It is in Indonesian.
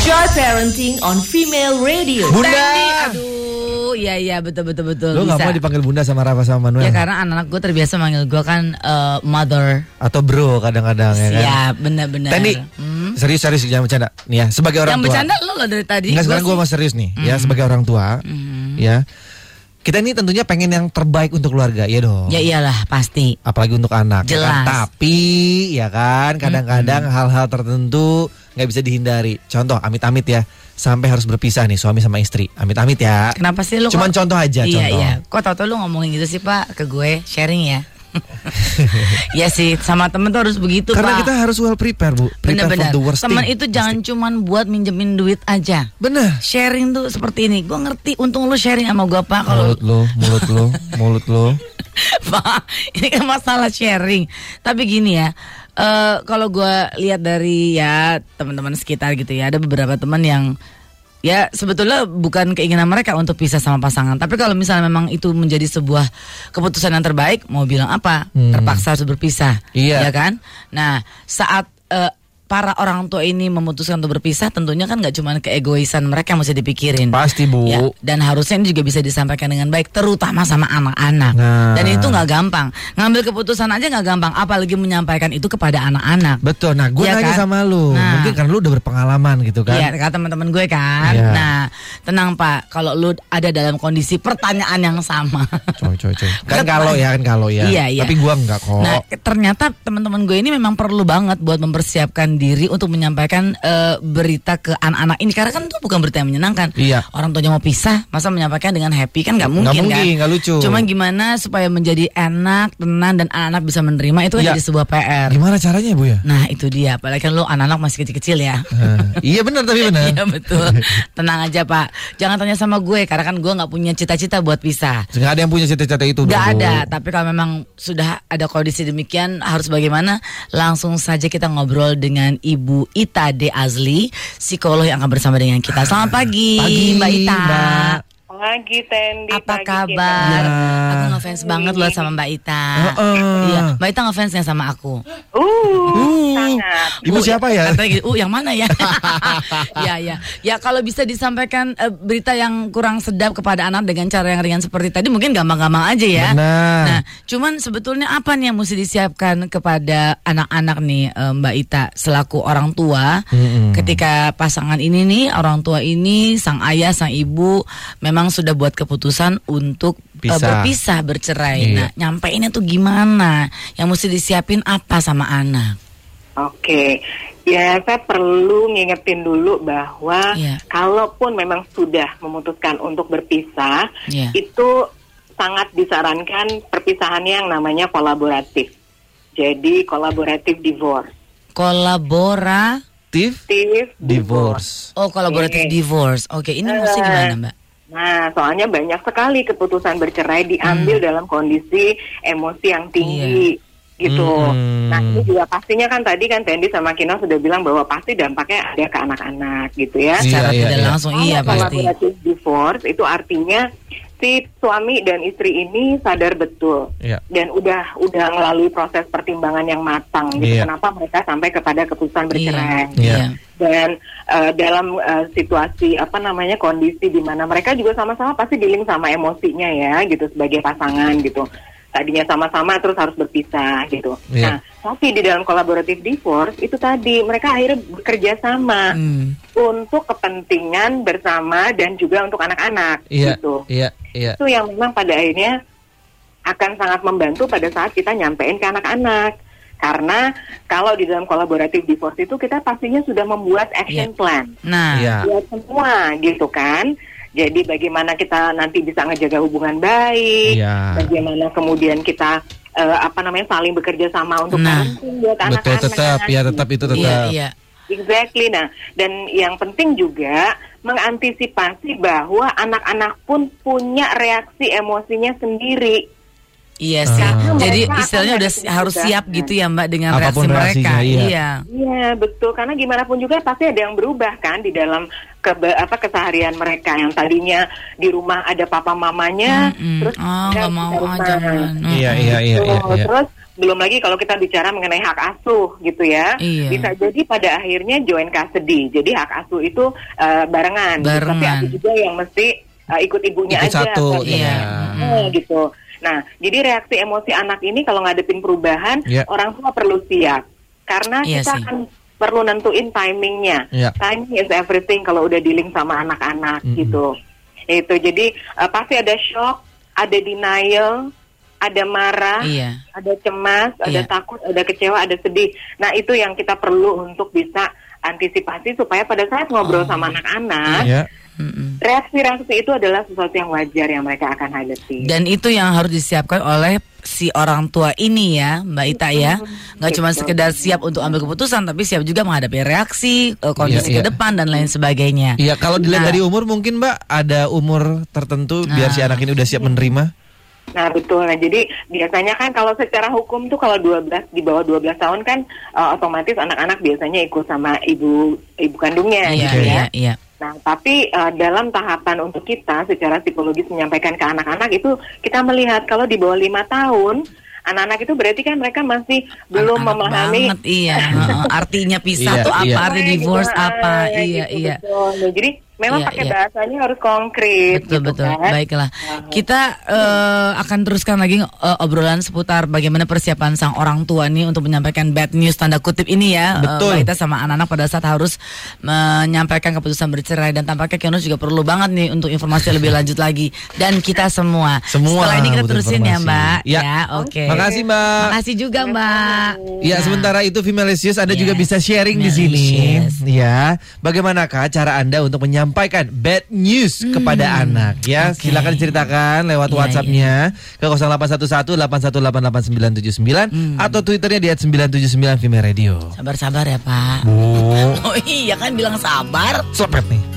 Joy Parenting on Female Radio. Bunda. Aduh, iya betul. Lo nggak mau dipanggil Bunda sama Rafa sama Manuel? Ya karena anak-anak gue terbiasa manggil gue kan mother atau bro kadang-kadang ya kan. Iya benar-benar. Tendi, serius jangan bercanda. Nih ya, sebagai orang yang tua. Yang bercanda lo dari tadi. Enggak, sekarang gue mau serius nih. Ya, sebagai orang tua. Ya. Kita ini tentunya pengen yang terbaik untuk keluarga, ya dong. Ya iyalah, pasti. Apalagi untuk anak. Jelas. Ya kan? Tapi, ya kan, kadang-kadang hal-hal tertentu nggak bisa dihindari. Contoh, amit-amit ya, sampai harus berpisah nih suami sama istri. Amit-amit ya. Kenapa sih lu? Cuman contoh aja, contoh. Iya. Kok tau-tau lu ngomongin gitu sih Pak ke gue, sharing ya. Ya sih, sama temen tuh harus begitu. Karena Pak. kita harus well prepare, Bu. Prepare Bener-bener. for the worst Temen thing. itu jangan cuman buat minjemin duit aja. Bener. Sharing tuh seperti ini. Gue ngerti, untung lu sharing sama gue Pak. Kalau Mulut lo. Pak, ini kan masalah sharing. Tapi gini ya, kalau gue lihat dari ya teman-teman sekitar gitu ya, ada beberapa teman yang ya sebetulnya bukan keinginan mereka untuk pisah sama pasangan. Tapi kalau misalnya memang itu menjadi sebuah keputusan yang terbaik, mau bilang apa? Terpaksa harus berpisah. Iya. Ya kan? Nah, saat para orang tua ini memutuskan untuk berpisah, tentunya kan nggak cuma keegoisan mereka yang mesti dipikirin. Pasti, Bu. Ya, dan harusnya ini juga bisa disampaikan dengan baik, terutama sama anak-anak. Nah. Dan itu nggak gampang. Ngambil keputusan aja nggak gampang, apalagi menyampaikan itu kepada anak-anak. Betul. Nah, gue Iya nanya kan? sama lu. Nah. Mungkin karena lu udah berpengalaman gitu kan. Iya, kata teman-teman gue kan. Iya. Nah, tenang Pak, kalau lu ada dalam kondisi pertanyaan yang sama. Coy. Kan kalau ya. Iya. Tapi gue enggak kok. Nah, ternyata teman-teman gue ini memang perlu banget buat mempersiapkan diri untuk menyampaikan berita ke anak-anak ini, karena kan itu bukan berita yang menyenangkan. Iya. Orang tuanya mau pisah, masa menyampaikan dengan happy kan nggak mungkin kan? Nggak lucu. Cuma gimana supaya menjadi enak, tenang dan anak-anak bisa menerima itu kan Iya. jadi sebuah PR. Gimana caranya, Bu ya? Nah itu dia, apalagi kan lu anak-anak masih kecil-kecil ya. Iya benar. Iya betul. Tenang aja Pak, jangan tanya sama gue karena kan gue nggak punya cita-cita buat pisah. Nggak ada yang punya cita-cita itu. Nggak Bu. ada, tapi kalau memang sudah ada kondisi demikian harus bagaimana? Langsung saja kita ngobrol dengan Ibu Ita De Azli, psikolog yang akan bersama dengan kita. Selamat pagi, Mbak Ita. Mbak. Pagi Tendi. Apa pagi, kabar? Ya. Aku ngefans banget loh sama Mbak Ita. Iya, Mbak Ita ngefansnya sama aku. Sangat. Ibu siapa ya? Katanya gitu, yang mana ya? Ya. Ya kalau bisa disampaikan berita yang kurang sedap kepada anak dengan cara yang ringan seperti tadi, mungkin gampang-gampang aja ya. Benar. Nah, cuman sebetulnya apa nih yang mesti disiapkan kepada anak-anak nih, Mbak Ita selaku orang tua, ketika pasangan ini nih, orang tua ini, sang ayah, sang ibu, memang sudah buat keputusan untuk berpisah, bercerai. Iya. Nah, nyampeinnya tuh gimana? Yang mesti disiapin apa sama anak? Oke. Ya, saya perlu ngingetin dulu bahwa Iya. kalaupun memang sudah memutuskan untuk berpisah, Iya. itu sangat disarankan perpisahannya yang namanya kolaboratif. Jadi collaborative divorce. Kolaboratif? Divorce. Oh, kolaboratif Oke. divorce. Oke, ini mesti gimana, Mbak? Nah, soalnya banyak sekali keputusan bercerai diambil dalam kondisi emosi yang tinggi. Gitu. Nah ini juga pastinya kan tadi kan Tendi sama Kino sudah bilang bahwa pasti dampaknya ada ke anak-anak gitu ya. Secara Iya, tidak iya. langsung iya pasti. Collaborative divorce itu artinya si suami dan istri ini sadar betul Iya. dan udah melalui proses pertimbangan yang matang gitu. Iya. Kenapa mereka sampai kepada keputusan bercerai? Iya. Dan dalam situasi kondisi di mana mereka juga sama-sama pasti dealing sama emosinya ya gitu sebagai pasangan gitu. Tadinya sama-sama terus harus berpisah gitu. Iya. Nah, tapi di dalam collaborative divorce itu tadi mereka akhirnya bekerja sama untuk kepentingan bersama dan juga untuk anak-anak Iya. gitu. Iya. Itu yang memang pada akhirnya akan sangat membantu pada saat kita nyampein ke anak-anak. Karena kalau di dalam collaborative divorce itu kita pastinya sudah membuat action plan. Nah, Iya. Buat semua gitu kan. Jadi bagaimana kita nanti bisa ngejaga hubungan baik, Iya. bagaimana kemudian kita saling bekerja sama untuk parenting buat anak-anak. Betul, tetap itu tetap. iya. Exactly. Nah, dan yang penting juga mengantisipasi bahwa anak-anak pun punya reaksi emosinya sendiri. Iya sih. Jadi Mereka istilahnya akan udah ada harus perubahan. siap gitu ya Mbak dengan Apapun reaksi mereka. reaksinya, iya. Iya. Iya betul, karena gimana pun juga pasti ada yang berubah kan di dalam keseharian mereka yang tadinya di rumah ada papa mamanya, terus nggak mau di rumah. jangan. Iya. Terus belum lagi kalau kita bicara mengenai hak asuh gitu ya, bisa jadi pada akhirnya joint custody. Jadi hak asuh itu barengan. Tapi ada juga yang mesti ikut ibunya ikut aja. Satu, gitu. Nah, jadi reaksi emosi anak ini kalau ngadepin perubahan, orang tua perlu siap. Karena kita akan perlu nentuin timingnya. Timing is everything kalau udah dealing sama anak-anak gitu. Itu jadi pasti ada shock, ada denial, ada marah, ada cemas, ada takut, ada kecewa, ada sedih. Nah, itu yang kita perlu untuk bisa antisipasi supaya pada saat ngobrol sama anak-anak, reaksi-reaksi itu adalah sesuatu yang wajar yang mereka akan hadapi. Dan itu yang harus disiapkan oleh si orang tua ini ya, Mbak Ita ya. Nggak cuma sekedar siap untuk ambil keputusan, tapi siap juga menghadapi reaksi, kondisi ke depan dan lain sebagainya. Iya, kalau dilihat dari umur mungkin Mbak, ada umur tertentu biar si anak ini udah siap menerima. Nah betul, nah jadi biasanya kan kalau secara hukum tuh kalau di bawah 12 tahun kan otomatis anak-anak biasanya ikut sama ibu kandungnya gitu ya. Nah tapi dalam tahapan untuk kita secara psikologis menyampaikan ke anak-anak itu kita melihat kalau di bawah 5 tahun anak-anak itu berarti kan mereka masih belum memahami artinya pisah tuh apa, arti divorce apa, betul. Nah, jadi memang pakai bahasanya harus konkret. Betul. Baiklah. Kita akan teruskan lagi obrolan seputar bagaimana persiapan sang orang tua nih untuk menyampaikan bad news tanda kutip ini ya. Betul. Kita sama anak-anak pada saat harus menyampaikan keputusan bercerai, dan tampaknya Kianus juga perlu banget nih untuk informasi lebih lanjut lagi, dan kita semua. Setelah ini kita terusin ya Mbak. Ya, oke. Makasih Mbak. Makasih juga Mbak. Ya, sementara itu Femalicious Anda juga bisa sharing di sini. Ya, bagaimanakah cara Anda untuk menyampaikan bad news kepada anak ya? Silakan ceritakan lewat WhatsApp-nya ke 0811-8188979 atau Twitternya di @979 Female Radio. Sabar-sabar ya Pak. Bu. Oh iya kan bilang sabar. Slepet nih.